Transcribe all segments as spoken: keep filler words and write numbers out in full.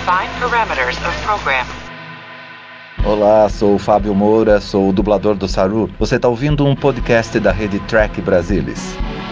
Define parameters of program. Olá, sou o Fábio Moura, sou o dublador do Saru. Você está ouvindo um podcast da rede Trek Brasilis.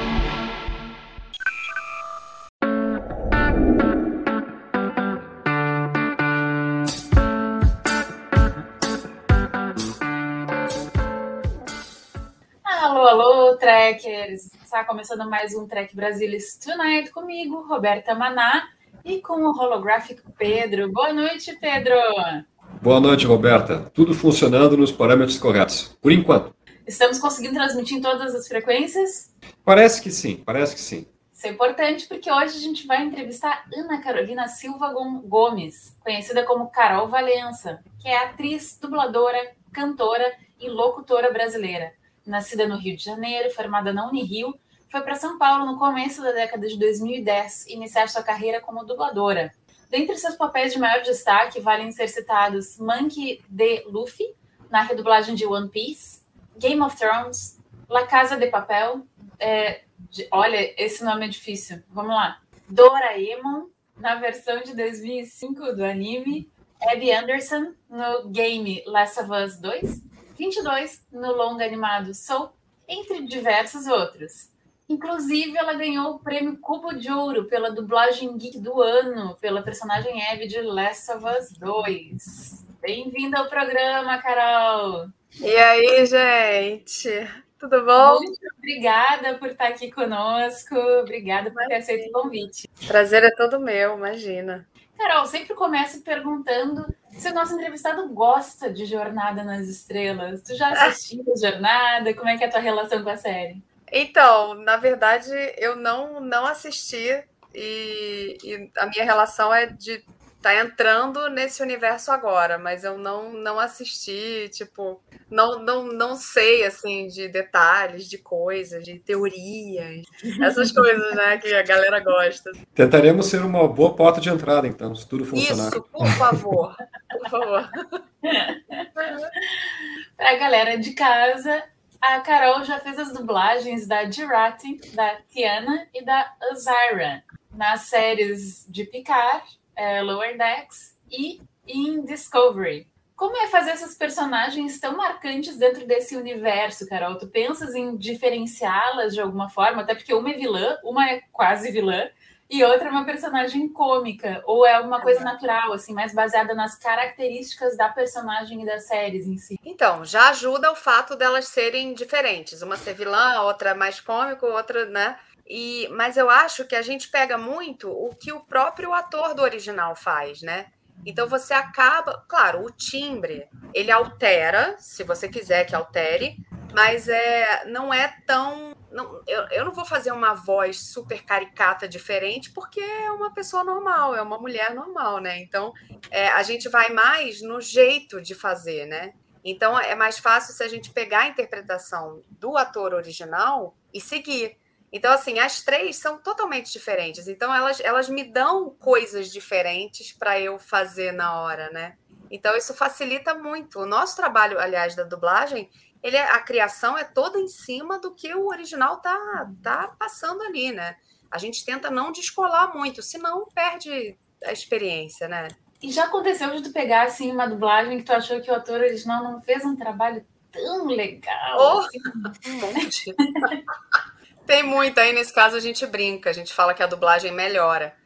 Alô, alô, Trekkers! Está começando mais um Trek Brasilis Tonight comigo, Roberta Maná, e com o holográfico Pedro. Boa noite, Pedro! Boa noite, Roberta. Tudo funcionando nos parâmetros corretos, por enquanto. Estamos conseguindo transmitir em todas as frequências? Parece que sim, parece que sim. Isso é importante porque hoje a gente vai entrevistar Ana Carolina Silva Gomes, conhecida como Carol Valença, que é atriz, dubladora, cantora e locutora brasileira. Nascida no Rio de Janeiro, formada na Unirio, foi para São Paulo no começo da década de dois mil e dez iniciar sua carreira como dubladora. Dentre seus papéis de maior destaque, valem ser citados Monkey D. Luffy, na redublagem de One Piece, Game of Thrones, La Casa de Papel, é, de, olha, esse nome é difícil, vamos lá, Doraemon, na versão de dois mil e cinco do anime, Abby Anderson, no game Last of Us dois, vinte e dois no longa animado Soul, entre diversos outros. Inclusive, ela ganhou o prêmio Cubo de Ouro pela dublagem geek do ano, pela personagem Abby de Last of Us dois. Bem-vinda ao programa, Carol! E aí, gente? Tudo bom? Muito obrigada por estar aqui conosco. Obrigada por ter aceito o convite. Prazer é todo meu, imagina. Carol, sempre começo perguntando se o nosso entrevistado gosta de Jornada nas Estrelas. Tu já assistiu a Jornada? Como é que é a tua relação com a série? Então, na verdade, eu não, não assisti e, e a minha relação é de estar tá entrando nesse universo agora, mas eu não, não assisti, tipo, não, não, não sei, assim, de detalhes, de coisas, de teorias, essas coisas, né, que a galera gosta. Tentaremos ser uma boa porta de entrada, então, se tudo funcionar. Isso, por favor, por favor. Para a galera de casa, a Carol já fez as dublagens da Jurati, da Tiana e da Azira nas séries de Picard, é, Lower Decks e em Discovery. Como é fazer essas personagens tão marcantes dentro desse universo, Carol? Tu pensas em diferenciá-las de alguma forma? Até porque uma é vilã, uma é quase vilã, e outra é uma personagem cômica. Ou é alguma coisa natural, assim, mais baseada nas características da personagem e das séries em si? Então, já ajuda o fato delas serem diferentes. Uma ser vilã, outra mais cômica, outra, né? E, mas eu acho que a gente pega muito o que o próprio ator do original faz, né? Então você acaba, claro, o timbre, ele altera, se você quiser que altere, mas é, não é tão... Não, eu, eu não vou fazer uma voz super caricata diferente, porque é uma pessoa normal, é uma mulher normal, né? Então é, a gente vai mais no jeito de fazer, né? Então é mais fácil se a gente pegar a interpretação do ator original e seguir. Então, assim, as três são totalmente diferentes. Então, elas, elas me dão coisas diferentes para eu fazer na hora, né? Então, isso facilita muito. O nosso trabalho, aliás, da dublagem, ele, a criação é toda em cima do que o original tá, tá passando ali, né? A gente tenta não descolar muito, senão perde a experiência, né? E já aconteceu de tu pegar, assim, uma dublagem que tu achou que o ator original não fez um trabalho tão legal? Oh, assim? Um monte. Tem muito, aí nesse caso a gente brinca, a gente fala que a dublagem melhora.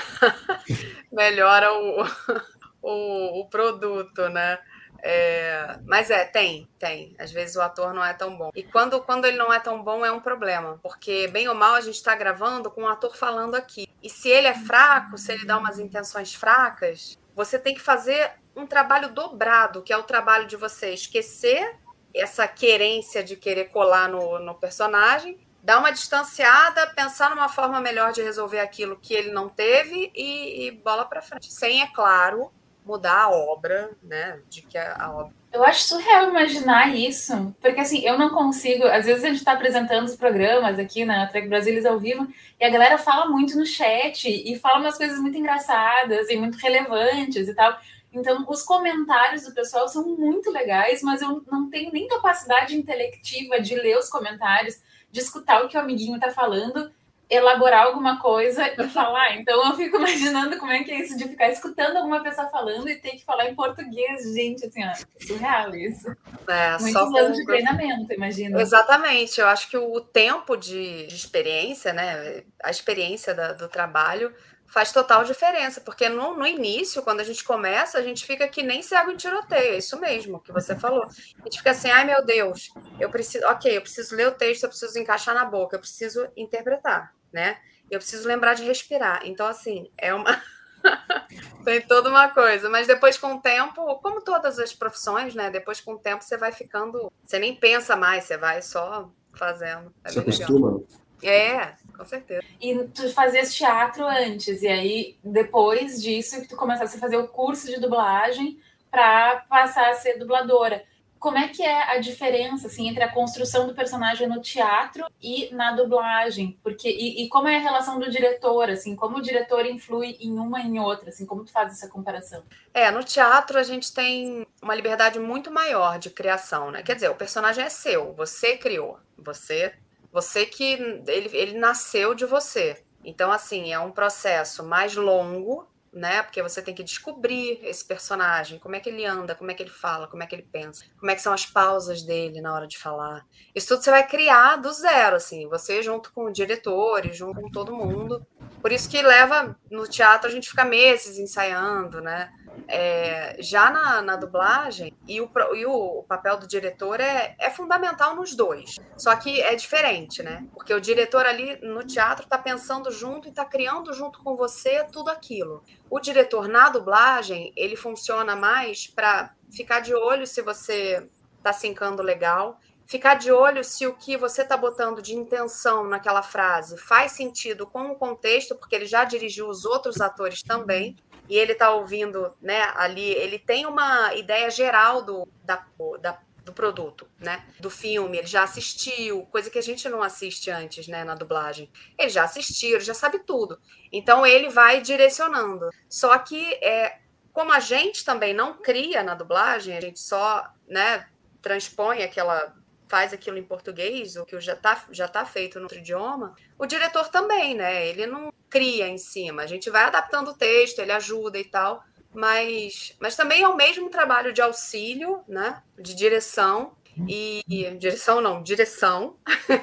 Melhora o, o, o produto, né? É, mas é, tem, tem. Às vezes o ator não é tão bom. E quando, quando ele não é tão bom é um problema, porque bem ou mal a gente está gravando com o ator falando aqui. E se ele é fraco, se ele dá umas intenções fracas, você tem que fazer um trabalho dobrado, que é o trabalho de você esquecer essa querência de querer colar no, no personagem, dar uma distanciada, pensar numa forma melhor de resolver aquilo que ele não teve e, e bola para frente. Sem, é claro, mudar a obra, né? De que a, a obra... Eu acho surreal imaginar isso, porque assim, eu não consigo, às vezes a gente está apresentando os programas aqui na Trek Brasilis ao vivo e a galera fala muito no chat e fala umas coisas muito engraçadas e muito relevantes e tal. Então, os comentários do pessoal são muito legais, mas eu não tenho nem capacidade intelectiva de ler os comentários, de escutar o que o amiguinho está falando. elaborar alguma coisa e falar. Então eu fico imaginando como é que é isso de ficar escutando alguma pessoa falando e ter que falar em português. Gente, assim, ó, surreal isso. É, Muitos só anos com... de treinamento, imagina. Exatamente, eu acho que o tempo de, de experiência, né, a experiência da, do trabalho faz total diferença, porque no, no início, quando a gente começa, a gente fica que nem cego em tiroteio, é isso mesmo que você falou. A gente fica assim, ai meu Deus, eu preciso, ok, eu preciso ler o texto, eu preciso encaixar na boca, eu preciso interpretar, né? Eu preciso lembrar de respirar. Então, assim, é uma... tem toda uma coisa, mas depois com o tempo, como todas as profissões, né? Depois com o tempo você vai ficando, você nem pensa mais, você vai só fazendo. É Se bem acostuma. legal. É, com certeza. E tu fazias teatro antes, e aí depois disso que tu começasse a fazer o curso de dublagem para passar a ser dubladora. Como é que é a diferença assim, entre a construção do personagem no teatro e na dublagem? Porque, e, e como é a relação do diretor, assim, como o diretor influi em uma e em outra, assim, como tu faz essa comparação? É, no teatro a gente tem uma liberdade muito maior de criação, né? Quer dizer, o personagem é seu, você criou, você... Você que ele, ele nasceu de você. Então, assim, é um processo mais longo, né? Porque você tem que descobrir esse personagem, como é que ele anda, como é que ele fala, como é que ele pensa, como é que são as pausas dele na hora de falar. Isso tudo você vai criar do zero, assim, você junto com diretores, junto com todo mundo. Por isso que leva, no teatro a gente fica meses ensaiando, né? É, já na, na dublagem, e o, e o papel do diretor é, é fundamental nos dois. Só que é diferente, né? Porque o diretor ali no teatro está pensando junto e está criando junto com você tudo aquilo. O diretor na dublagem, ele funciona mais para ficar de olho se você está sincando legal, ficar de olho se o que você está botando de intenção naquela frase faz sentido com o contexto, porque ele já dirigiu os outros atores também. E ele está ouvindo, né, ali, ele tem uma ideia geral do, da, da, do produto, né, do filme, ele já assistiu, coisa que a gente não assiste antes, né, na dublagem. Ele já assistiu, ele já sabe tudo. Então, ele vai direcionando. Só que, é, como a gente também não cria na dublagem, a gente só, né, transpõe aquela... faz aquilo em português, o que já está já tá feito no outro idioma, o diretor também, né? Ele não cria em cima. A gente vai adaptando o texto, ele ajuda e tal, mas, mas também é o mesmo trabalho de auxílio, né? De direção, e direção não, direção.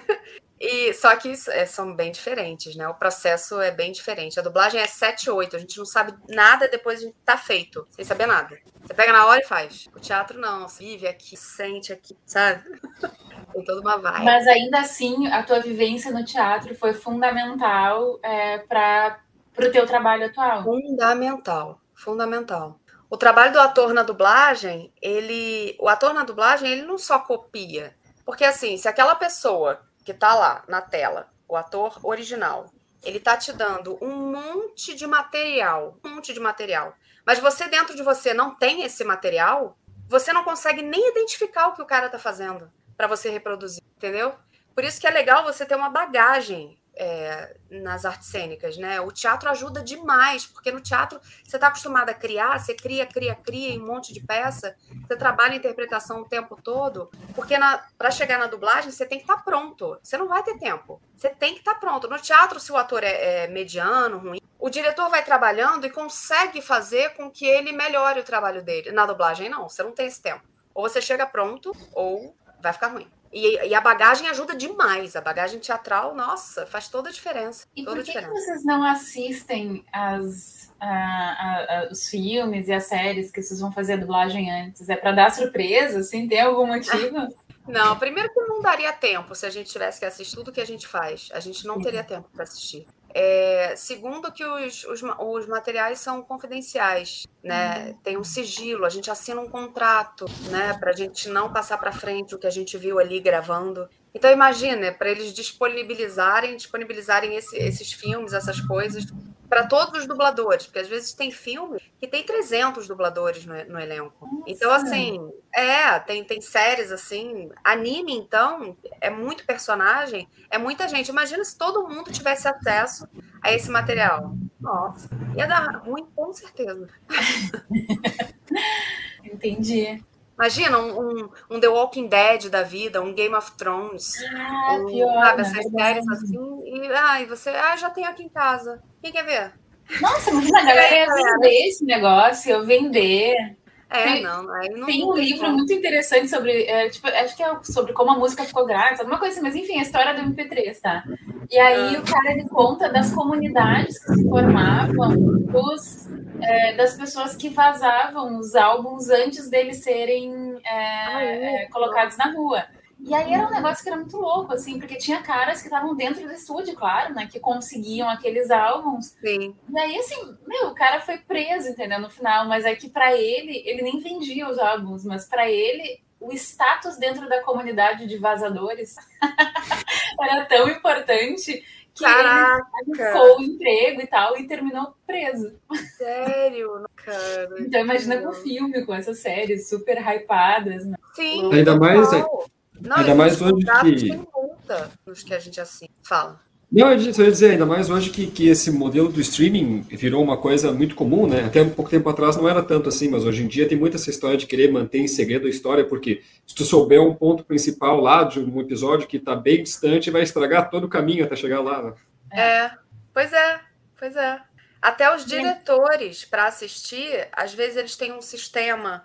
E, só que é, são bem diferentes, né? O processo é bem diferente. A dublagem é sete, oito, a gente não sabe nada, depois a gente tá feito, sem saber nada. Você pega na hora e faz. O teatro não, você vive aqui, sente aqui, sabe? Tem toda uma vibe. Mas ainda assim, a tua vivência no teatro foi fundamental é, para o teu trabalho atual. Fundamental, fundamental. O trabalho do ator na dublagem, ele, o ator na dublagem, ele não só copia. Porque assim, se aquela pessoa que tá lá na tela, o ator original, ele tá te dando um monte de material, um monte de material, mas você dentro de você não tem esse material, você não consegue nem identificar o que o cara tá fazendo para você reproduzir, entendeu? Por isso que é legal você ter uma bagagem é, nas artes cênicas, né? O teatro ajuda demais, porque no teatro você está acostumado a criar, você cria, cria, cria em um monte de peça, você trabalha a interpretação o tempo todo, porque para chegar na dublagem você tem que estar tá pronto, você não vai ter tempo, você tem que estar tá pronto. No teatro, se o ator é, é mediano, ruim, o diretor vai trabalhando e consegue fazer com que ele melhore o trabalho dele. Na dublagem, não, você não tem esse tempo. Ou você chega pronto, ou vai ficar ruim. E, e a bagagem ajuda demais. A bagagem teatral, nossa, faz toda a diferença. E toda por que, a diferença. que vocês não assistem as, a, a, a, os filmes e as séries que vocês vão fazer a dublagem antes? É para dar surpresa, assim? Tem algum motivo? Não, primeiro que não daria tempo se a gente tivesse que assistir tudo que a gente faz. A gente não teria tempo para assistir. É, segundo que os, os, os materiais são confidenciais, né? Tem um sigilo, a gente assina um contrato, né? Para a gente não passar para frente o que a gente viu ali gravando. Então imagina, para eles disponibilizarem, disponibilizarem esse, esses filmes, essas coisas para todos os dubladores, porque às vezes tem filme que tem trezentos dubladores no, no elenco. Nossa. Então assim, é, tem, tem séries assim, anime então, é muito personagem, é muita gente. Imagina se todo mundo tivesse acesso a esse material. Nossa, ia dar ruim com certeza. Entendi. Imagina um, um, um The Walking Dead da vida, um Game of Thrones. Ah, um, pior, sabe, na essas verdade. séries assim. E, ah, e você, ah, já tenho aqui em casa. Quem quer ver? Nossa, imagina, a galera ia vender esse negócio, eu vender. É, Tem- não, aí não Tem não um livro como. muito interessante sobre, é, tipo, acho que é sobre como a música ficou grátis, alguma coisa assim, mas enfim, a história do M P três, tá? E aí Ah. o cara ele conta das comunidades que se formavam, dos, é, das pessoas que vazavam os álbuns antes deles serem é, Ai, é, colocados na rua. E aí era um negócio que era muito louco, assim, porque tinha caras que estavam dentro do estúdio, claro, né, que conseguiam aqueles álbuns. Sim. E aí, assim, meu, o cara foi preso, entendeu, no final, mas é que pra ele, ele nem vendia os álbuns, mas pra ele, o status dentro da comunidade de vazadores era tão importante que Caraca. ele ficou o emprego e tal e terminou preso. Sério, cara. Então imagina com filme, com essas séries super hypadas, né? Sim, Ainda mais- total. Não, ainda e mais os hoje contratos que- têm multa nos que a gente assina. Fala. Não, eu só ia dizer, ainda mais hoje que, que esse modelo do streaming virou uma coisa muito comum, né? Até um pouco tempo atrás não era tanto assim, mas hoje em dia tem muita essa história de querer manter em segredo a história, porque se tu souber um ponto principal lá de um episódio que está bem distante, vai estragar todo o caminho até chegar lá, né? É, pois é, pois é. Até os diretores, para assistir, às vezes eles têm um sistema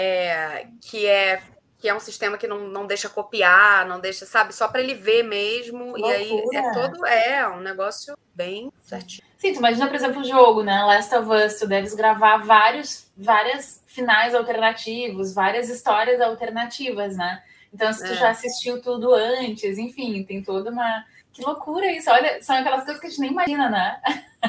é, que é que é um sistema que não, não deixa copiar, não deixa, sabe, só para ele ver mesmo. Loucura. E aí é todo é um negócio bem certinho. Sim, tu imagina, por exemplo, o jogo, né? Last of Us, tu deves gravar vários, várias finais alternativos, várias histórias alternativas, né? Então, se tu É. já assistiu tudo antes, enfim, tem toda uma... Que loucura isso! Olha, são aquelas coisas que a gente nem imagina, né?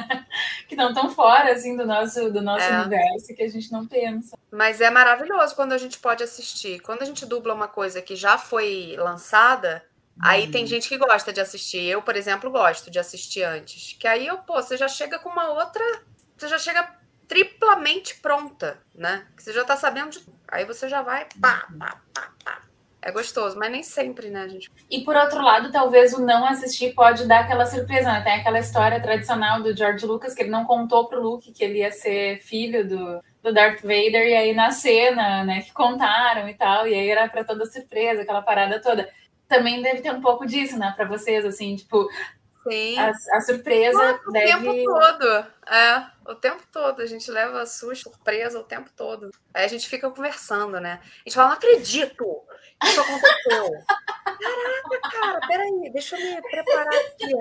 Que estão tão fora, assim, do nosso, do nosso É. universo que a gente não pensa. Mas é maravilhoso quando a gente pode assistir. Quando a gente dubla uma coisa que já foi lançada, aí tem gente que gosta de assistir. Eu, por exemplo, gosto de assistir antes. Que aí, eu, pô, você já chega com uma outra... Você já chega triplamente pronta, né? Que você já tá sabendo de... Aí você já vai... Pá, pá, pá, pá. É gostoso, mas nem sempre, né, gente? E, por outro lado, talvez o não assistir pode dar aquela surpresa, né? Tem aquela história tradicional do George Lucas, que ele não contou pro Luke que ele ia ser filho do, do Darth Vader, e aí na cena, né, que contaram e tal, e aí era pra toda surpresa, aquela parada toda. Também deve ter um pouco disso, né, pra vocês, assim, tipo, Sim. a, a surpresa O deve... tempo todo. É, o tempo todo. A gente leva susto, surpresa o tempo todo. Aí a gente fica conversando, né? A gente fala, não acredito que isso aconteceu. Caraca, cara, peraí, deixa eu me preparar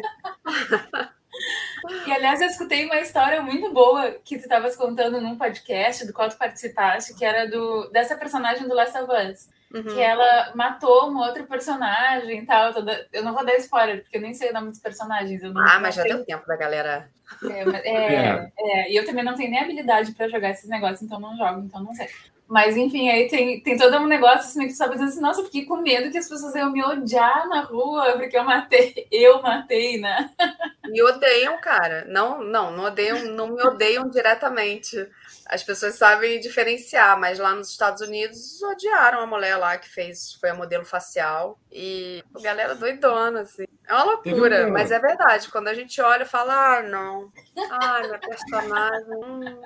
aqui. E, aliás, eu escutei uma história muito boa que tu estavas contando num podcast do qual tu participaste, que era do, dessa personagem do Last of Us. Uhum. Que ela matou um outro personagem e tal. Toda... Eu não vou dar spoiler, porque eu nem sei o nome dos personagens. Eu não, Ah, não mas já tenho... deu tempo da galera. É, mas- é, É. é, e eu também não tenho nem habilidade pra jogar esses negócios, então não jogo, então não sei. Mas, enfim, aí tem, tem todo um negócio assim, que tu sabe assim, nossa, eu fiquei com medo que as pessoas iam me odiar na rua, porque eu matei, eu matei, né? Me odeiam, cara. Não, não, não odeiam, não me odeiam diretamente. As pessoas sabem diferenciar, mas lá nos Estados Unidos odiaram a mulher lá que fez, foi a modelo facial. E a galera doidona, assim. É uma loucura, Teve uma- mas é verdade. Quando a gente olha e fala, ah, não. Ah, minha personagem. hum.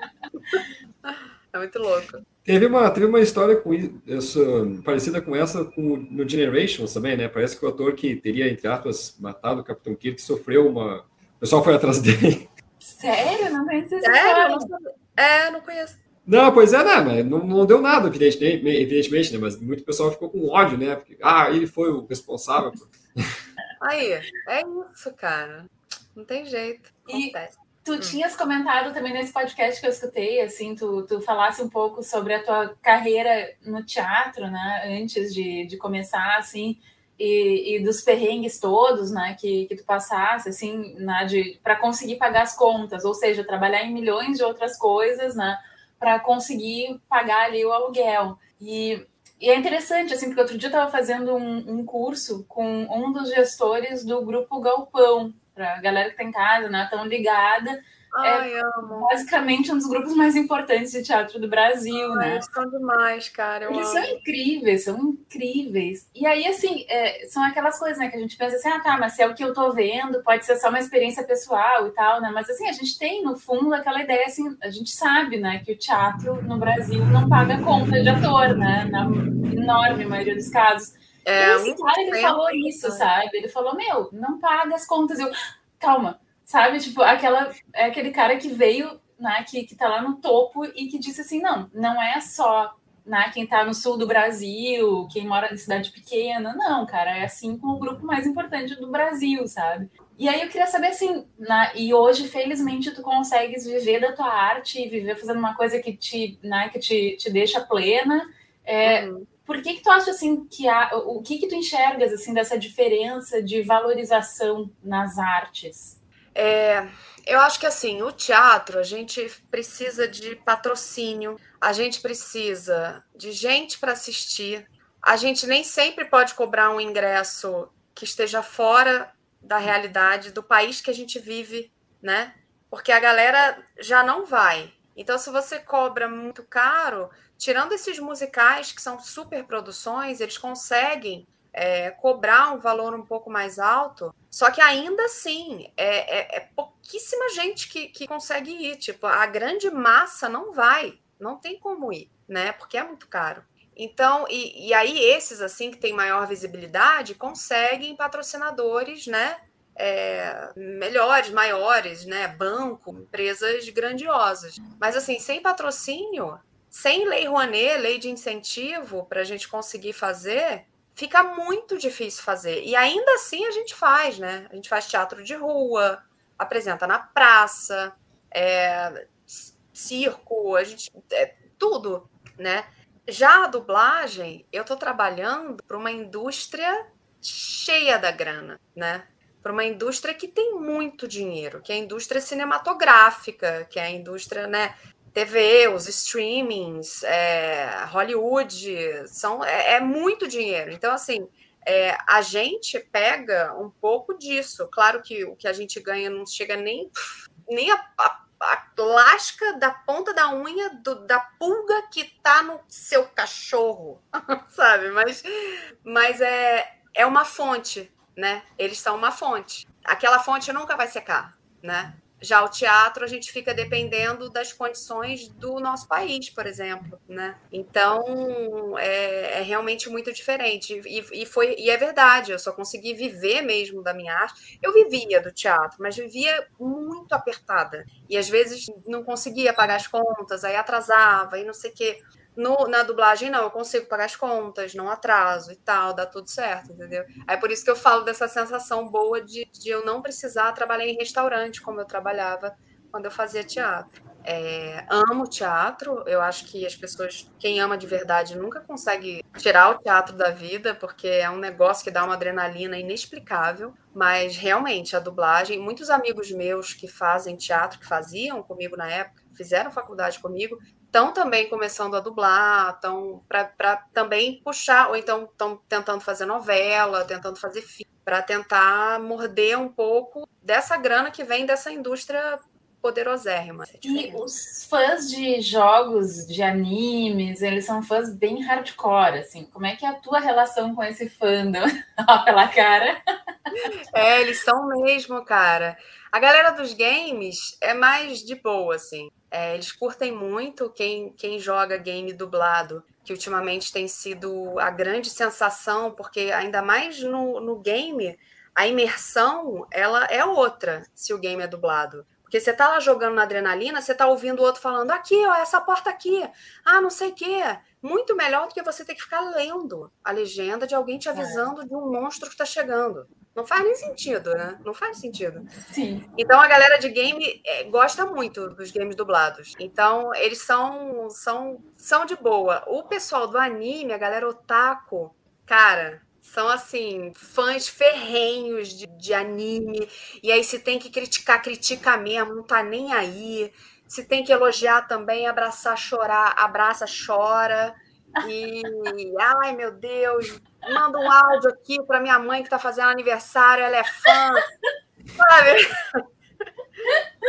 É muito louco. Teve uma, teve uma história com isso, parecida com essa com, no Generations também, né? Parece que o ator que teria, entre aspas, matado o Capitão Kirk sofreu uma... O pessoal foi atrás dele. Sério? Não conhecia essa Sério? história. Não sabia. É, não conheço. Não, pois é, né? Mas não, não deu nada, evidentemente, evidentemente, né? Mas muito pessoal ficou com ódio, né? Porque, ah, ele foi o responsável. Por... Aí, é isso, cara. Não tem jeito. E- Acontece. Tu Hum. tinhas comentado também nesse podcast que eu escutei, assim, tu, tu falasse um pouco sobre a tua carreira no teatro, né, antes de, de começar, assim, e, e dos perrengues todos, né, que, que tu passasse, assim, né, de, para conseguir pagar as contas, ou seja, trabalhar em milhões de outras coisas, né, para conseguir pagar ali o aluguel. E, e é interessante, assim, porque outro dia eu estava fazendo um, um curso com um dos gestores do Grupo Galpão, para a galera que está em casa, né, tão ligada, Ai, é amo. basicamente um dos grupos mais importantes de teatro do Brasil, Ai, né? eles são demais, cara. Eu Eles amo. são incríveis, são incríveis. E aí, assim, é, são aquelas coisas, né, que a gente pensa assim, ah, tá, mas se é o que eu tô vendo, pode ser só uma experiência pessoal e tal, né? Mas, assim, a gente tem, no fundo, aquela ideia, assim, a gente sabe, né, que o teatro no Brasil não paga conta de ator, né? Na enorme maioria dos casos. É, e esse cara, ele falou isso, né? sabe? Ele falou, meu, não paga as contas. Eu, calma, sabe? Tipo, aquela, é aquele cara que veio, né, que, que tá lá no topo e que disse assim, não, não é só, né, quem tá no sul do Brasil, quem mora em cidade pequena, não, cara, é assim com o grupo mais importante do Brasil, sabe? E aí eu queria saber, assim, né, e hoje, felizmente, tu consegues viver da tua arte e viver fazendo uma coisa que te, né, que te, te deixa plena, é, Uhum. Por que que tu acha, assim, que há, o que que tu enxergas, assim, dessa diferença de valorização nas artes? É, eu acho que, assim, o teatro, a gente precisa de patrocínio, a gente precisa de gente para assistir, a gente nem sempre pode cobrar um ingresso que esteja fora da realidade do país que a gente vive, né? Porque a galera já não vai. Então, se você cobra muito caro, tirando esses musicais que são super produções, eles conseguem é, cobrar um valor um pouco mais alto, só que ainda assim é, é, é pouquíssima gente que, que consegue ir. Tipo, a grande massa não vai, não tem como ir, né? Porque é muito caro. Então, e, e aí esses assim que têm maior visibilidade conseguem patrocinadores, né? É, melhores, maiores, né? Banco, empresas grandiosas. Mas assim, sem patrocínio, sem lei Rouanet, lei de incentivo para a gente conseguir fazer, fica muito difícil fazer. E ainda assim a gente faz, né? A gente faz teatro de rua, apresenta na praça, é, circo, a gente, é, tudo, né? Já a dublagem, eu estou trabalhando para uma indústria cheia da grana, né? Para uma indústria que tem muito dinheiro, que é a indústria cinematográfica, que é a indústria, né, T V, os streamings, é, Hollywood, são, é, é muito dinheiro. Então, assim, é, a gente pega um pouco disso. Claro que o que a gente ganha não chega nem, nem a, a, a lasca da ponta da unha do, da pulga que tá no seu cachorro, sabe? Mas, mas é, é uma fonte, né? Eles são uma fonte. Aquela fonte nunca vai secar, né? Já o teatro, a gente fica dependendo das condições do nosso país, por exemplo, né? Então, é, é realmente muito diferente. E, e, foi, e é verdade, eu só consegui viver mesmo da minha arte. Eu vivia do teatro, mas vivia muito apertada. E, às vezes, não conseguia pagar as contas, aí atrasava, e não sei o quê. No, na dublagem, não, eu consigo pagar as contas, não atraso e tal, dá tudo certo, entendeu? Aí por isso que eu falo dessa sensação boa de, de eu não precisar trabalhar em restaurante, como eu trabalhava quando eu fazia teatro. É, amo teatro, eu acho que as pessoas, quem ama de verdade, nunca consegue tirar o teatro da vida, porque é um negócio que dá uma adrenalina inexplicável, mas realmente a dublagem, muitos amigos meus que fazem teatro, que faziam comigo na época, fizeram faculdade comigo, estão também começando a dublar, estão para também puxar, ou então estão tentando fazer novela, tentando fazer filme, para tentar morder um pouco dessa grana que vem dessa indústria poderosérrima. E os fãs de jogos, de animes, eles são fãs bem hardcore, assim. Como é que é a tua relação com esse fandom? Ó, pela cara. É, eles são mesmo, cara. A galera dos games é mais de boa, assim. É, eles curtem muito quem, quem joga game dublado, que ultimamente tem sido a grande sensação, porque ainda mais no, no game, a imersão ela é outra se o game é dublado. Porque você tá lá jogando na adrenalina, você tá ouvindo o outro falando, aqui, ó, essa porta aqui, ah, não sei o quê. Muito melhor do que você ter que ficar lendo a legenda de alguém te avisando é. de um monstro que tá chegando. Não faz nem sentido, né? Não faz sentido. Sim. Então, a galera de game é, gosta muito dos games dublados. Então, eles são, são, são de boa. O pessoal do anime, a galera otaku, cara, são, assim, fãs ferrenhos de, de anime. E aí, se tem que criticar, critica mesmo, não tá nem aí. Se tem que elogiar também, abraçar, chorar, abraça, chora. E, ai, meu Deus, manda um áudio aqui para minha mãe que está fazendo aniversário, ela é fã, sabe?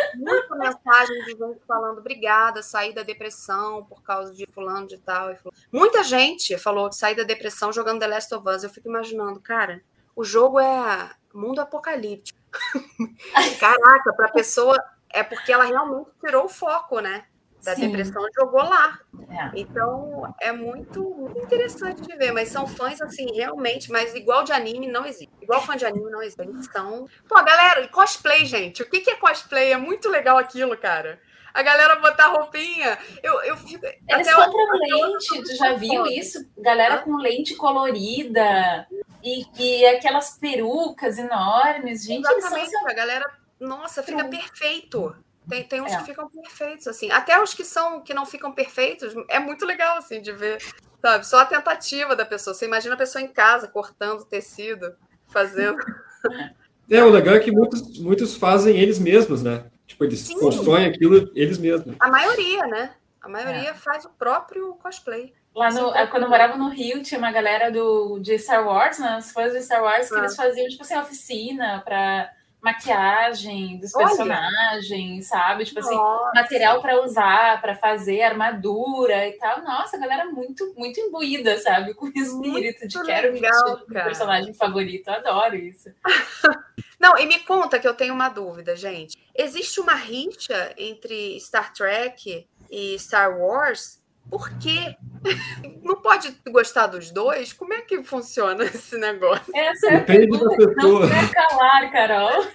Muita mensagem de gente falando obrigada, saí da depressão por causa de fulano de tal. E fulano. Muita gente falou de sair da depressão jogando The Last of Us. Eu fico imaginando, cara, o jogo é mundo apocalíptico. Caraca, para a pessoa é porque ela realmente tirou o foco, né? Da Sim. depressão e jogou lá. É. Então, é muito, muito interessante de ver. Mas são fãs, assim, realmente, mas igual de anime não existe. Igual fã de anime não existe. Eles são... Pô, galera, cosplay, gente. O que que é cosplay? É muito legal aquilo, cara. A galera botar roupinha. Eu, eu fico... Eles até compram eu... lente, tu já viu isso? Galera com lente colorida e, e aquelas perucas enormes. Gente, Exatamente, eles são... a galera... Nossa, fica Pronto. perfeito. Tem, tem uns é. que ficam perfeitos, assim. Até os que são que não ficam perfeitos, é muito legal, assim, de ver, sabe? Só a tentativa da pessoa. Você imagina a pessoa em casa, cortando tecido, fazendo... É, o legal é que muitos, muitos fazem eles mesmos, né? Tipo, eles Sim. constroem aquilo eles mesmos. A maioria, né? A maioria é. faz o próprio cosplay. Lá no, quando eu morava no Rio, tinha uma galera do, de Star Wars, né? Os fãs de Star Wars, que ah. eles faziam, tipo assim, oficina para... maquiagem dos personagens, Olha. sabe? Tipo assim, Nossa. material para usar, para fazer armadura e tal. Nossa, a galera muito, muito imbuída, sabe? Com o espírito muito de quero vestir o personagem favorito. Eu adoro isso. Não, e me conta que eu tenho uma dúvida, gente. Existe uma rixa entre Star Trek e Star Wars? Por quê? Não pode gostar dos dois? Como é que funciona esse negócio? Essa é a pergunta que não quer calar, Carol.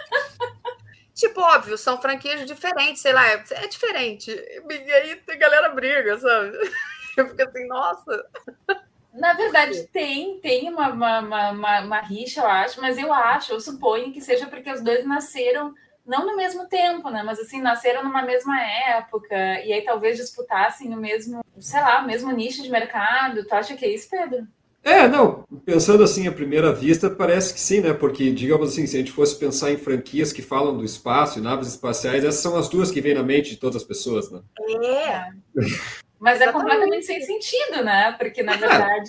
Tipo, óbvio, são franquias diferentes, sei lá, é, é diferente. E aí a galera briga, sabe? Eu fico assim, nossa... Na verdade, tem, tem uma, uma, uma, uma rixa, eu acho, mas eu acho, eu suponho que seja porque os dois nasceram... Não no mesmo tempo, né? Mas assim, nasceram numa mesma época, e aí talvez disputassem no mesmo, sei lá, mesmo nicho de mercado. Tu acha que é isso, Pedro? É, não. Pensando assim à primeira vista, parece que sim, né? Porque, digamos assim, se a gente fosse pensar em franquias que falam do espaço e naves espaciais, essas são as duas que vêm na mente de todas as pessoas, né? É. Mas é completamente sem sentido, né? Porque, na verdade,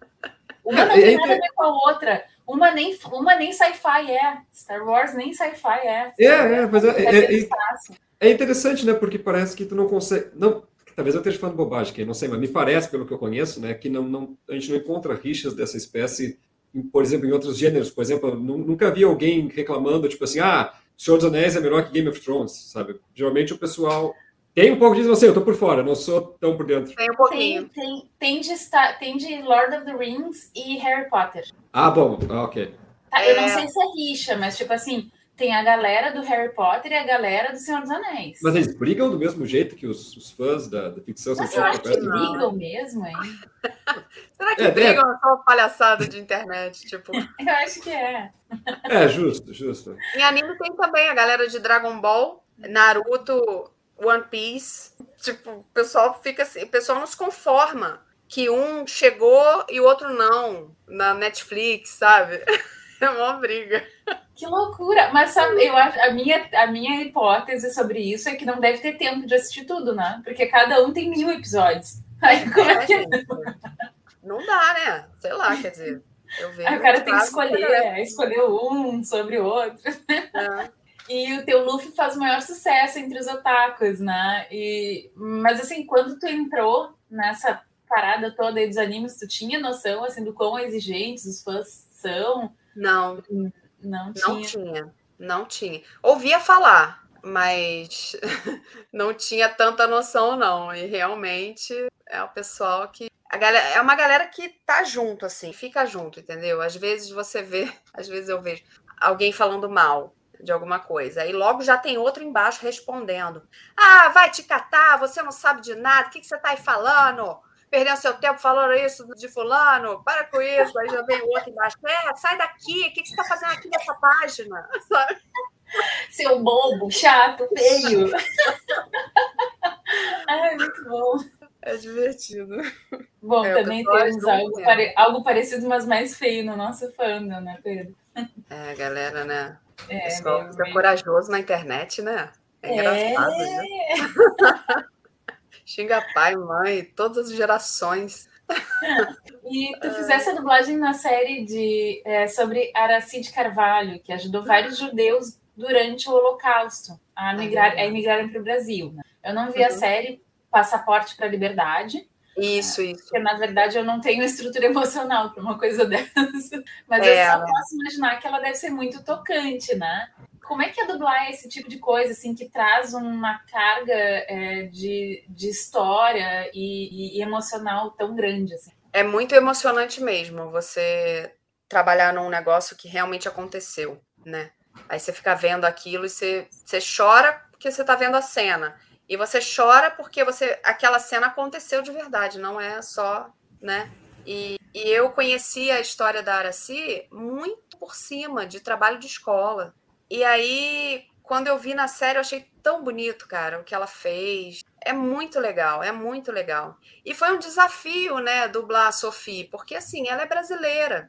uma não tem nada a ver com a outra. Uma nem, uma nem sci-fi é. Star Wars nem sci-fi é. É, é, mas é, é, é, é interessante, né? Porque parece que tu não consegue... Não, talvez eu esteja falando bobagem aqui, não sei, mas me parece, pelo que eu conheço, né, que não, não, a gente não encontra rixas dessa espécie, por exemplo, em outros gêneros. Por exemplo, eu nunca vi alguém reclamando, tipo assim, ah, Senhor dos Anéis é melhor que Game of Thrones, sabe? Geralmente o pessoal... Tem um pouco disso, não sei, eu tô por fora, não sou tão por dentro. Tem um pouquinho. Tem, tem, tem, de, Star, tem de Lord of the Rings e Harry Potter. Ah, bom, ah, ok. Tá, é... Eu não sei se é rixa, mas tipo assim, tem a galera do Harry Potter e a galera do Senhor dos Anéis. Mas eles brigam do mesmo jeito que os, os fãs da, da ficção científica? Mas eu acho que brigam mesmo, hein? Será que é, brigam é... só uma palhaçada de internet, tipo? Eu acho que é. É, justo, justo. Em anime tem também a galera de Dragon Ball, Naruto... One Piece, tipo, o pessoal fica assim, o pessoal não se conforma que um chegou e o outro não, na Netflix, sabe? É uma briga. Que loucura! Mas sabe, eu acho, a minha, a minha hipótese sobre isso é que não deve ter tempo de assistir tudo, né? Porque cada um tem mil episódios. Aí como é, é que... Não dá, né? Sei lá, quer dizer, eu vejo. Aí o cara tem que escolher, escolher um sobre o outro. É. E o teu Luffy faz o maior sucesso entre os otakus, né? E, mas assim, quando tu entrou nessa parada toda aí dos animes, tu tinha noção assim, do quão exigentes os fãs são? Não. Não tinha. Não tinha. Não tinha. Ouvia falar, mas não tinha tanta noção, não. E realmente é o pessoal que... A galera, é uma galera que tá junto, assim, fica junto, entendeu? Às vezes você vê, às vezes eu vejo alguém falando mal de alguma coisa. Aí logo já tem outro embaixo respondendo. Ah, vai te catar, você não sabe de nada, o que, que você tá aí falando? Perdendo seu tempo falando isso de fulano, para com isso. Aí já vem o outro embaixo. É, sai daqui, o que, que você tá fazendo aqui nessa página? Sabe? Seu bobo, chato, feio. Ai, muito bom. É divertido. Bom, é, também temos algo, pare... algo parecido, mas mais feio no nosso fandom, né, Pedro? É, galera, né? É, o pessoal fica corajoso na internet, né? É engraçado, é... né? Xinga pai, mãe, todas as gerações. E tu fizesse a dublagem na série de, é, sobre Aracide Carvalho, que ajudou vários judeus durante o Holocausto, a, migrar, a emigrarem para o Brasil. Né? Eu não vi uhum. a série Passaporte para a Liberdade. Isso, né? isso. Porque, na verdade, eu não tenho estrutura emocional para uma coisa dessa. Mas é, eu só posso imaginar que ela deve ser muito tocante, né? Como é que é dublar esse tipo de coisa, assim, que traz uma carga é, de, de história e, e emocional tão grande, assim? É muito emocionante mesmo, você trabalhar num negócio que realmente aconteceu, né? Aí você fica vendo aquilo e você, você chora porque você tá vendo a cena. E você chora porque você, aquela cena aconteceu de verdade, não é só, né? E, e eu conheci a história da Aracy muito por cima, de trabalho de escola. E aí, quando eu vi na série, eu achei tão bonito, cara, o que ela fez. É muito legal, é muito legal. E foi um desafio, né, dublar a Sophie, porque, assim, ela é brasileira.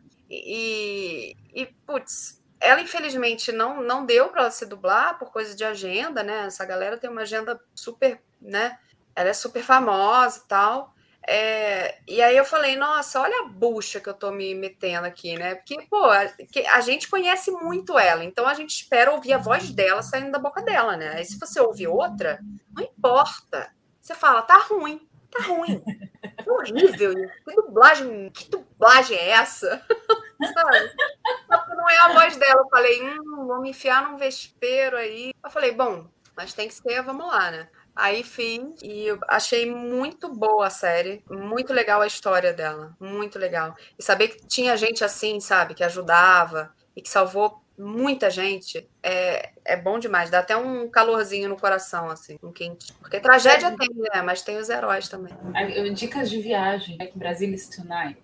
E, e putz, ela, infelizmente, não, não deu para ela se dublar por coisa de agenda, né? Essa galera tem uma agenda super, né? Ela é super famosa e tal. É, e aí eu falei, nossa, olha a bucha que eu tô me metendo aqui, né? Porque, pô, a, a gente conhece muito ela, então a gente espera ouvir a voz dela saindo da boca dela, né? Aí se você ouvir outra, não importa. Você fala, tá ruim, tá ruim. Que horrível isso. Que dublagem, que dublagem é essa? Sabe? Só que não é a voz dela. Eu falei, hum, vou me enfiar num vespeiro aí. Eu falei, bom, mas tem que ser, vamos lá, né? Aí fiz e eu achei muito boa a série, muito legal a história dela, muito legal. E saber que tinha gente assim, sabe, que ajudava e que salvou muita gente, é, é bom demais, dá até um calorzinho no coração, assim, um quente. Porque tragédia tem, né, mas tem os heróis também. Dicas de viagem, like Brasilis Tonight.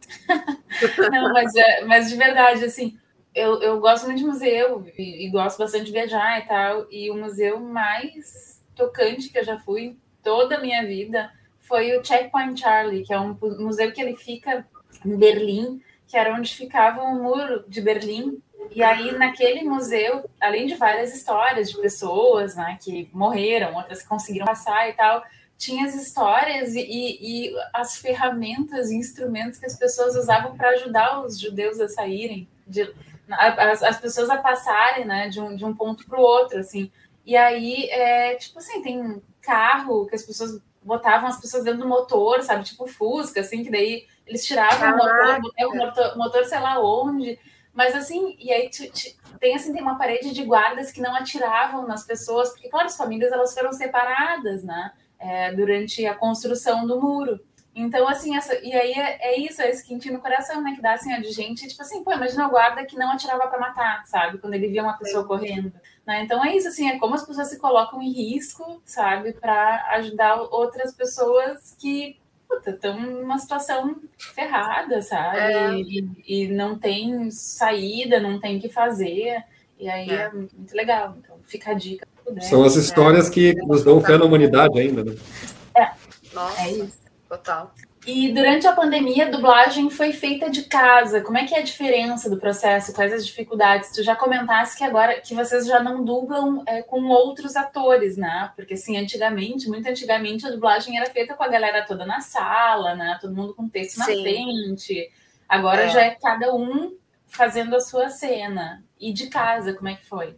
Não, mas, mas de verdade, assim, eu, eu gosto muito de museu e, e gosto bastante de viajar e tal, e o museu mais tocante que eu já fui toda a minha vida foi o Checkpoint Charlie, que é um museu que ele fica em Berlim, que era onde ficava o muro de Berlim. E aí, naquele museu, além de várias histórias de pessoas, né, que morreram, outras que conseguiram passar e tal, tinha as histórias e, e as ferramentas e instrumentos que as pessoas usavam para ajudar os judeus a saírem, de, as, as pessoas a passarem, né, de um, de um ponto para o outro, assim. E aí, é, tipo assim, tem carro que as pessoas botavam as pessoas dentro do motor, sabe? Tipo Fusca, assim, que daí eles tiravam o motor, botavam o motor, motor sei lá onde. Mas, assim, e aí t, t, tem, assim, tem uma parede de guardas que não atiravam nas pessoas, porque, claro, as famílias, elas foram separadas, né? É, durante a construção do muro. Então, assim, essa, e aí é, é isso, é esse quentinho no coração, né? Que dá, assim, ó, de gente, tipo assim, pô, imagina o guarda que não atirava para matar, sabe? Quando ele via uma pessoa Sim. correndo. Né? Então é isso, assim, é como as pessoas se colocam em risco, sabe? Para ajudar outras pessoas que estão numa situação ferrada, sabe? É. E, e não tem saída, não tem o que fazer. E aí é. é muito legal. Então fica a dica. Puder, São as histórias é. que nos dão fé na humanidade ainda, né? É. Nossa, é isso. Total. E durante a pandemia, a dublagem foi feita de casa. Como é que é a diferença do processo? Quais as dificuldades? Tu já comentaste que agora que vocês já não dublam é, com outros atores, né? Porque assim, antigamente, muito antigamente, a dublagem era feita com a galera toda na sala, né? Todo mundo com texto na Sim. frente. Agora é. já é cada um fazendo a sua cena. E de casa, como é que foi?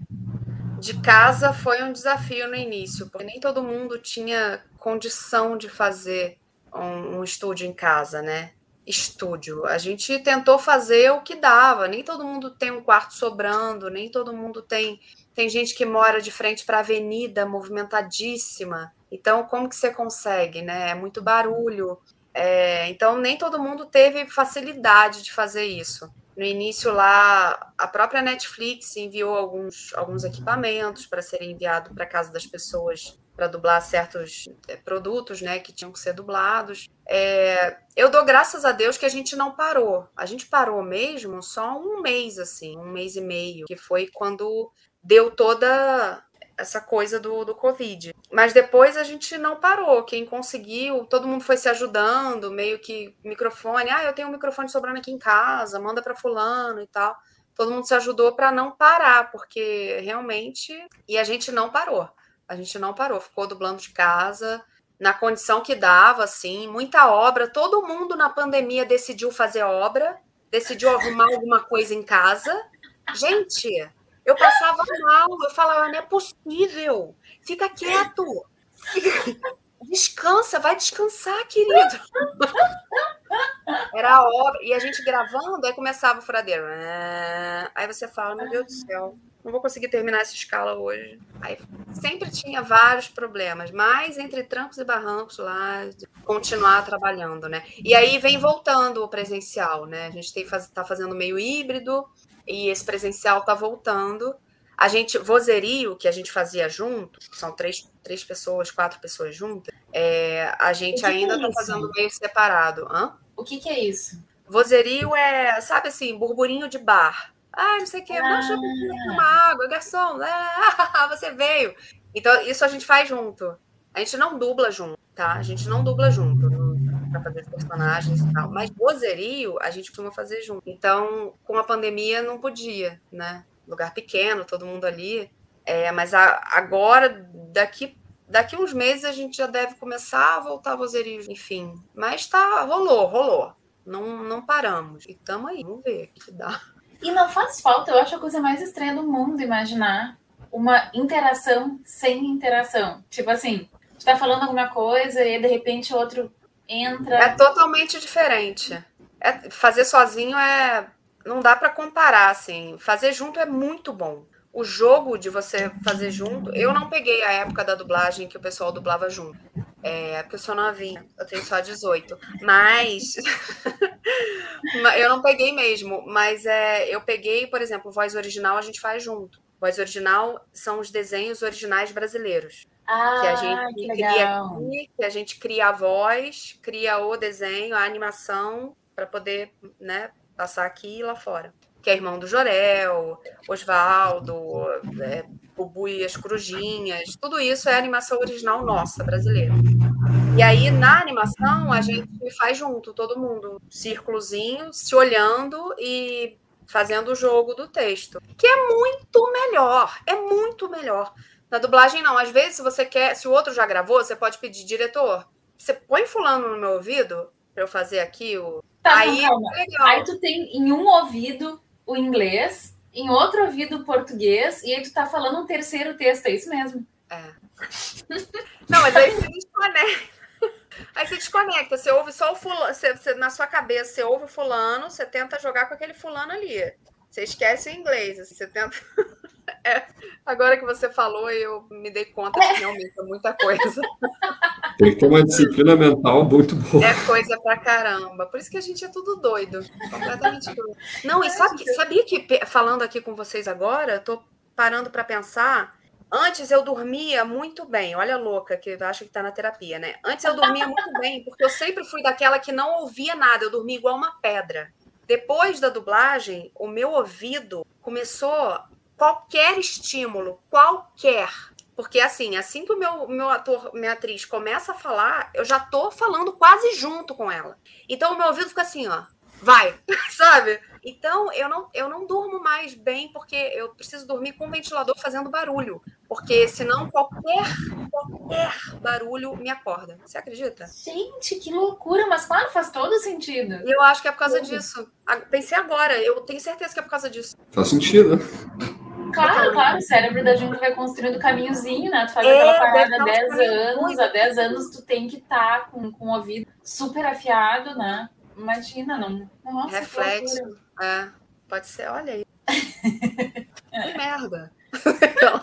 De casa foi um desafio no início, porque nem todo mundo tinha condição de fazer um, um estúdio em casa, né? Estúdio. A gente tentou fazer o que dava. Nem todo mundo tem um quarto sobrando, nem todo mundo tem... Tem gente que mora de frente para a avenida, movimentadíssima. Então, como que você consegue, né? É muito barulho. É, então, nem todo mundo teve facilidade de fazer isso. No início lá, a própria Netflix enviou alguns, alguns equipamentos para serem enviados para casa das pessoas para dublar certos produtos, né, que tinham que ser dublados. É, eu dou graças a Deus que a gente não parou. A gente parou mesmo só um mês, assim, um mês e meio, que foi quando deu toda essa coisa do, do Covid. Mas depois a gente não parou. Quem conseguiu, todo mundo foi se ajudando, meio que microfone. Ah, eu tenho um microfone sobrando aqui em casa, manda para fulano e tal. Todo mundo se ajudou para não parar, porque realmente... E a gente não parou. A gente não parou. Ficou dublando de casa, na condição que dava, assim. Muita obra. Todo mundo na pandemia decidiu fazer obra, decidiu arrumar alguma coisa em casa. Gente... Eu passava mal, eu falava, não é possível. Fica quieto. Fica... Descansa, vai descansar, querido. Era a obra. E a gente gravando, aí começava o furadeiro. Aí você fala, meu Deus do céu, não vou conseguir terminar essa escala hoje. Aí sempre tinha vários problemas, mas entre trancos e barrancos lá, continuar trabalhando, né? E aí vem voltando o presencial, né? A gente tem, tá fazendo meio híbrido e esse presencial tá voltando. A gente, vozerio, que a gente fazia junto, são três, três pessoas, quatro pessoas juntas, é, a gente que ainda que é tá fazendo meio separado. Hã? O que que é isso? Vozerio é, sabe assim, burburinho de bar. Ah, não sei o que, ah. Deixa eu beber uma água, garçom, ah, você veio. Então, isso a gente faz junto. A gente não dubla junto, tá? A gente não dubla junto para fazer os personagens e tal. Mas vozerio, a gente costuma fazer junto. Então, com a pandemia, não podia, né? Lugar pequeno, todo mundo ali. É, mas a, agora, daqui, daqui uns meses, a gente já deve começar a voltar a vozerio. Enfim, mas tá, rolou, rolou. Não, não paramos. E tamo aí, vamos ver o que dá. E não faz falta, eu acho a coisa mais estranha do mundo imaginar uma interação sem interação. Tipo assim, tu tá falando alguma coisa e de repente o outro entra. É totalmente diferente. É, fazer sozinho é... Não dá pra comparar, assim. Fazer junto é muito bom. O jogo de você fazer junto... Eu não peguei a época da dublagem que o pessoal dublava junto. É, porque eu sou novinha. Eu tenho só dezoito. Mas... eu não peguei mesmo. Mas é, eu peguei, por exemplo, voz original a gente faz junto. Voz original são os desenhos originais brasileiros. Ah, que a gente que cria legal. aqui, que a gente cria a voz, cria o desenho, a animação, para poder, né, passar aqui e lá fora. Que é irmão do Jorel, Osvaldo, é, Bubu e as Corujinhas, tudo isso é animação original nossa, brasileira. E aí, na animação, a gente faz junto, todo mundo, círculozinho, se olhando e fazendo o jogo do texto, que é muito melhor, é muito melhor. Na dublagem, não. Às vezes, se você quer, se o outro já gravou, você pode pedir, diretor, você põe fulano no meu ouvido para eu fazer aqui o... Tá, aí, não, calma. É legal. Aí tu tem em um ouvido o inglês, em outro ouvido o português, e aí tu tá falando um terceiro texto, é isso mesmo? É. Não, mas aí você desconecta. Aí você desconecta, você ouve só o fulano, você, você, na sua cabeça você ouve o fulano, você tenta jogar com aquele fulano ali. Você esquece o inglês, assim, você tenta... É, agora que você falou, eu me dei conta que realmente é muita coisa. Tem que ter uma disciplina mental muito boa. É coisa pra caramba. Por isso que a gente é tudo doido. Completamente doido. Não, e sabe, sabia que, falando aqui com vocês agora, tô parando para pensar. Antes eu dormia muito bem. Olha a louca, que eu acho que tá na terapia, né? Antes eu dormia muito bem, porque eu sempre fui daquela que não ouvia nada. Eu dormia igual uma pedra. Depois da dublagem, o meu ouvido começou... Qualquer estímulo, qualquer. Porque, assim, assim que o meu, meu ator, minha atriz começa a falar, eu já tô falando quase junto com ela. Então, o meu ouvido fica assim, ó. Vai, sabe? Então, eu não, eu não durmo mais bem, porque eu preciso dormir com o ventilador fazendo barulho. Porque, senão, qualquer, qualquer barulho me acorda. Você acredita? Gente, que loucura. Mas, claro, faz todo sentido. Eu acho que é por causa disso. Pensei agora. Eu tenho certeza que é por causa disso. Faz sentido, né? Claro, claro, o cérebro da gente vai construindo caminhozinho, né? Tu faz é, aquela parada há dez anos, há dez anos tu tem que estar tá com, com o ouvido super afiado, né? Imagina, não. Nossa, reflexo. É, pode ser, olha aí. Que merda. Então...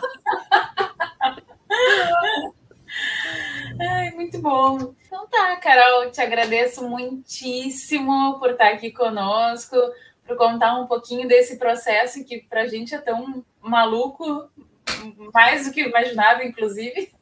Ai, muito bom. Então tá, Carol, te agradeço muitíssimo por estar aqui conosco, por contar um pouquinho desse processo que pra gente é tão maluco, mais do que eu imaginava, inclusive.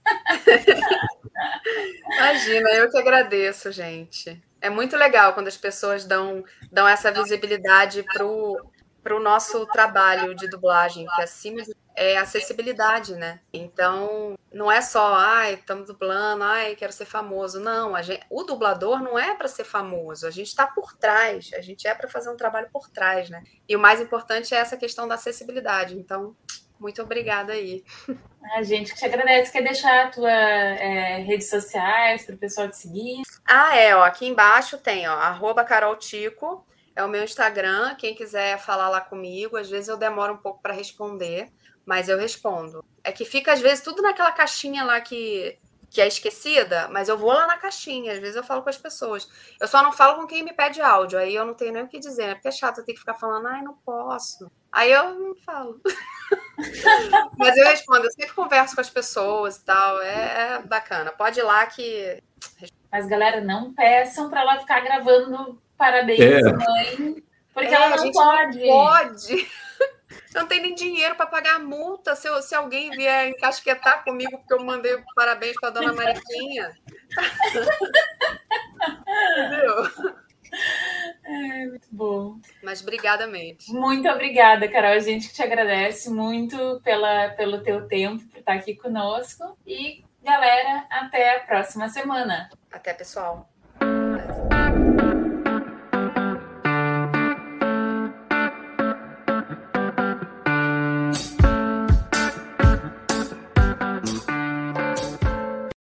Imagina, eu que agradeço, gente. É muito legal quando as pessoas dão, dão essa visibilidade pro, pro nosso trabalho de dublagem, que acima é acessibilidade, né? Então, não é só, ai, estamos dublando, ai, quero ser famoso. Não, a gente, o dublador não é para ser famoso, a gente está por trás, a gente é para fazer um trabalho por trás, né? E o mais importante é essa questão da acessibilidade. Então, muito obrigada aí. A gente que te agradece. Quer deixar as tuas é, redes sociais para o pessoal te seguir? Ah, é, ó, aqui embaixo tem, ó, arroba Carol Tico. É o meu Instagram, quem quiser falar lá comigo, às vezes eu demoro um pouco para responder, mas eu respondo. É que fica, às vezes, tudo naquela caixinha lá que, que é esquecida, mas eu vou lá na caixinha, às vezes eu falo com as pessoas. Eu só não falo com quem me pede áudio, aí eu não tenho nem o que dizer, né? Porque é chato eu ter que ficar falando, ai, não posso. Aí eu não falo. Mas eu respondo, eu sempre converso com as pessoas e tal, é, é bacana. Pode ir lá que... Mas, galera, não peçam para ela ficar gravando parabéns, É. mãe, porque É, ela a não gente pode. Não pode. Não tem nem dinheiro para pagar a multa se, eu, se alguém vier encasquetar comigo porque eu mandei parabéns para dona Mariquinha. Entendeu? É, muito bom. Mas obrigada mesmo. Muito obrigada, Carol. A gente que te agradece muito pela, pelo teu tempo, por estar aqui conosco. E, galera, até a próxima semana. Até, pessoal.